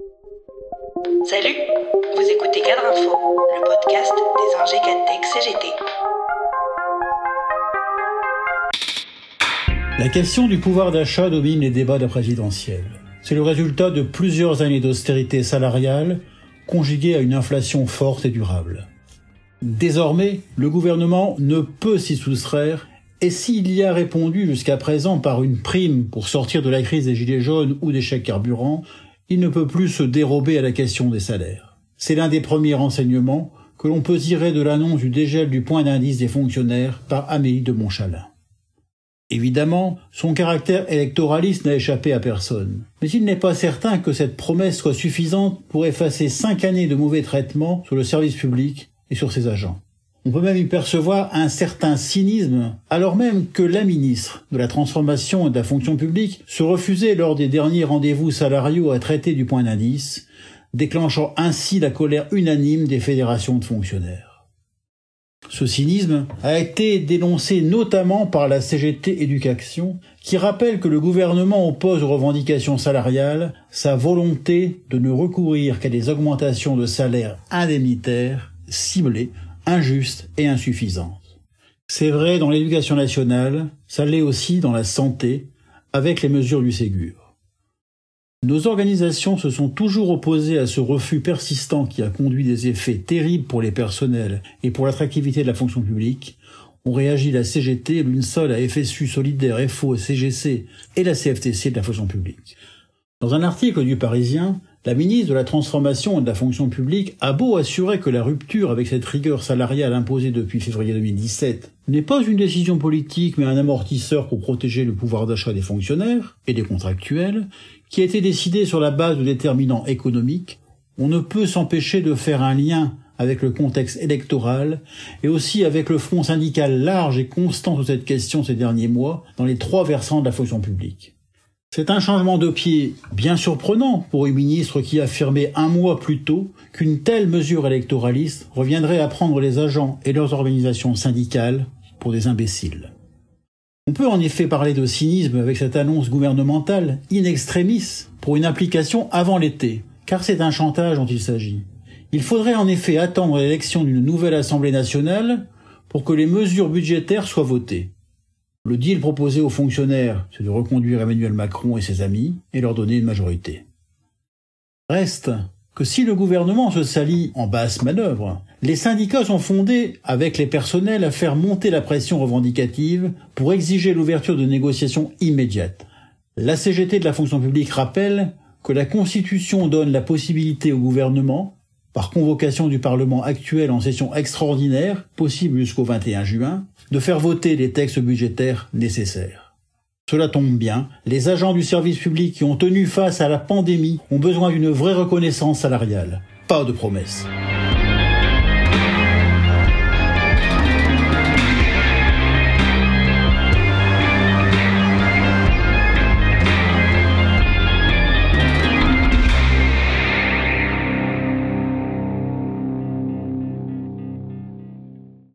Salut, vous écoutez Cadre Info, le podcast des ingés Cadtech CGT. La question du pouvoir d'achat domine les débats de la présidentielle. C'est le résultat de plusieurs années d'austérité salariale, conjuguée à une inflation forte et durable. Désormais, le gouvernement ne peut s'y soustraire, et s'il y a répondu jusqu'à présent par une prime pour sortir de la crise des gilets jaunes ou des chèques carburant, il ne peut plus se dérober à la question des salaires. C'est l'un des premiers renseignements que l'on peut tirer de l'annonce du dégel du point d'indice des fonctionnaires par Amélie de Montchalin. Évidemment, son caractère électoraliste n'a échappé à personne. Mais il n'est pas certain que cette promesse soit suffisante pour effacer 5 années de mauvais traitement sur le service public et sur ses agents. On peut même y percevoir un certain cynisme, alors même que la ministre de la Transformation et de la Fonction publique se refusait lors des derniers rendez-vous salariaux à traiter du point d'indice, déclenchant ainsi la colère unanime des fédérations de fonctionnaires. Ce cynisme a été dénoncé notamment par la CGT Éducation, qui rappelle que le gouvernement oppose aux revendications salariales sa volonté de ne recourir qu'à des augmentations de salaires indemnitaires, ciblées, injustes et insuffisantes. C'est vrai dans l'éducation nationale, ça l'est aussi dans la santé, avec les mesures du Ségur. Nos organisations se sont toujours opposées à ce refus persistant qui a conduit des effets terribles pour les personnels et pour l'attractivité de la fonction publique. On réagit la CGT, l'UNSOL, la FSU, Solidaire, FO, CGC et la CFTC de la fonction publique. Dans un article du Parisien, la ministre de la Transformation et de la Fonction publique a beau assurer que la rupture avec cette rigueur salariale imposée depuis février 2017 n'est pas une décision politique mais un amortisseur pour protéger le pouvoir d'achat des fonctionnaires et des contractuels, qui a été décidé sur la base de déterminants économiques, on ne peut s'empêcher de faire un lien avec le contexte électoral et aussi avec le front syndical large et constant sur cette question ces derniers mois dans les 3 versants de la fonction publique. C'est un changement de pied bien surprenant pour une ministre qui affirmait 1 mois plus tôt qu'une telle mesure électoraliste reviendrait à prendre les agents et leurs organisations syndicales pour des imbéciles. On peut en effet parler de cynisme avec cette annonce gouvernementale in extremis pour une application avant l'été, car c'est un chantage dont il s'agit. Il faudrait en effet attendre l'élection d'une nouvelle Assemblée nationale pour que les mesures budgétaires soient votées. Le deal proposé aux fonctionnaires, c'est de reconduire Emmanuel Macron et ses amis et leur donner une majorité. Reste que si le gouvernement se s'allie en basse manœuvre, les syndicats sont fondés, avec les personnels, à faire monter la pression revendicative pour exiger l'ouverture de négociations immédiates. La CGT de la fonction publique rappelle que la Constitution donne la possibilité au gouvernement, par convocation du Parlement actuel en session extraordinaire, possible jusqu'au 21 juin, de faire voter les textes budgétaires nécessaires. Cela tombe bien, les agents du service public qui ont tenu face à la pandémie ont besoin d'une vraie reconnaissance salariale, pas de promesses.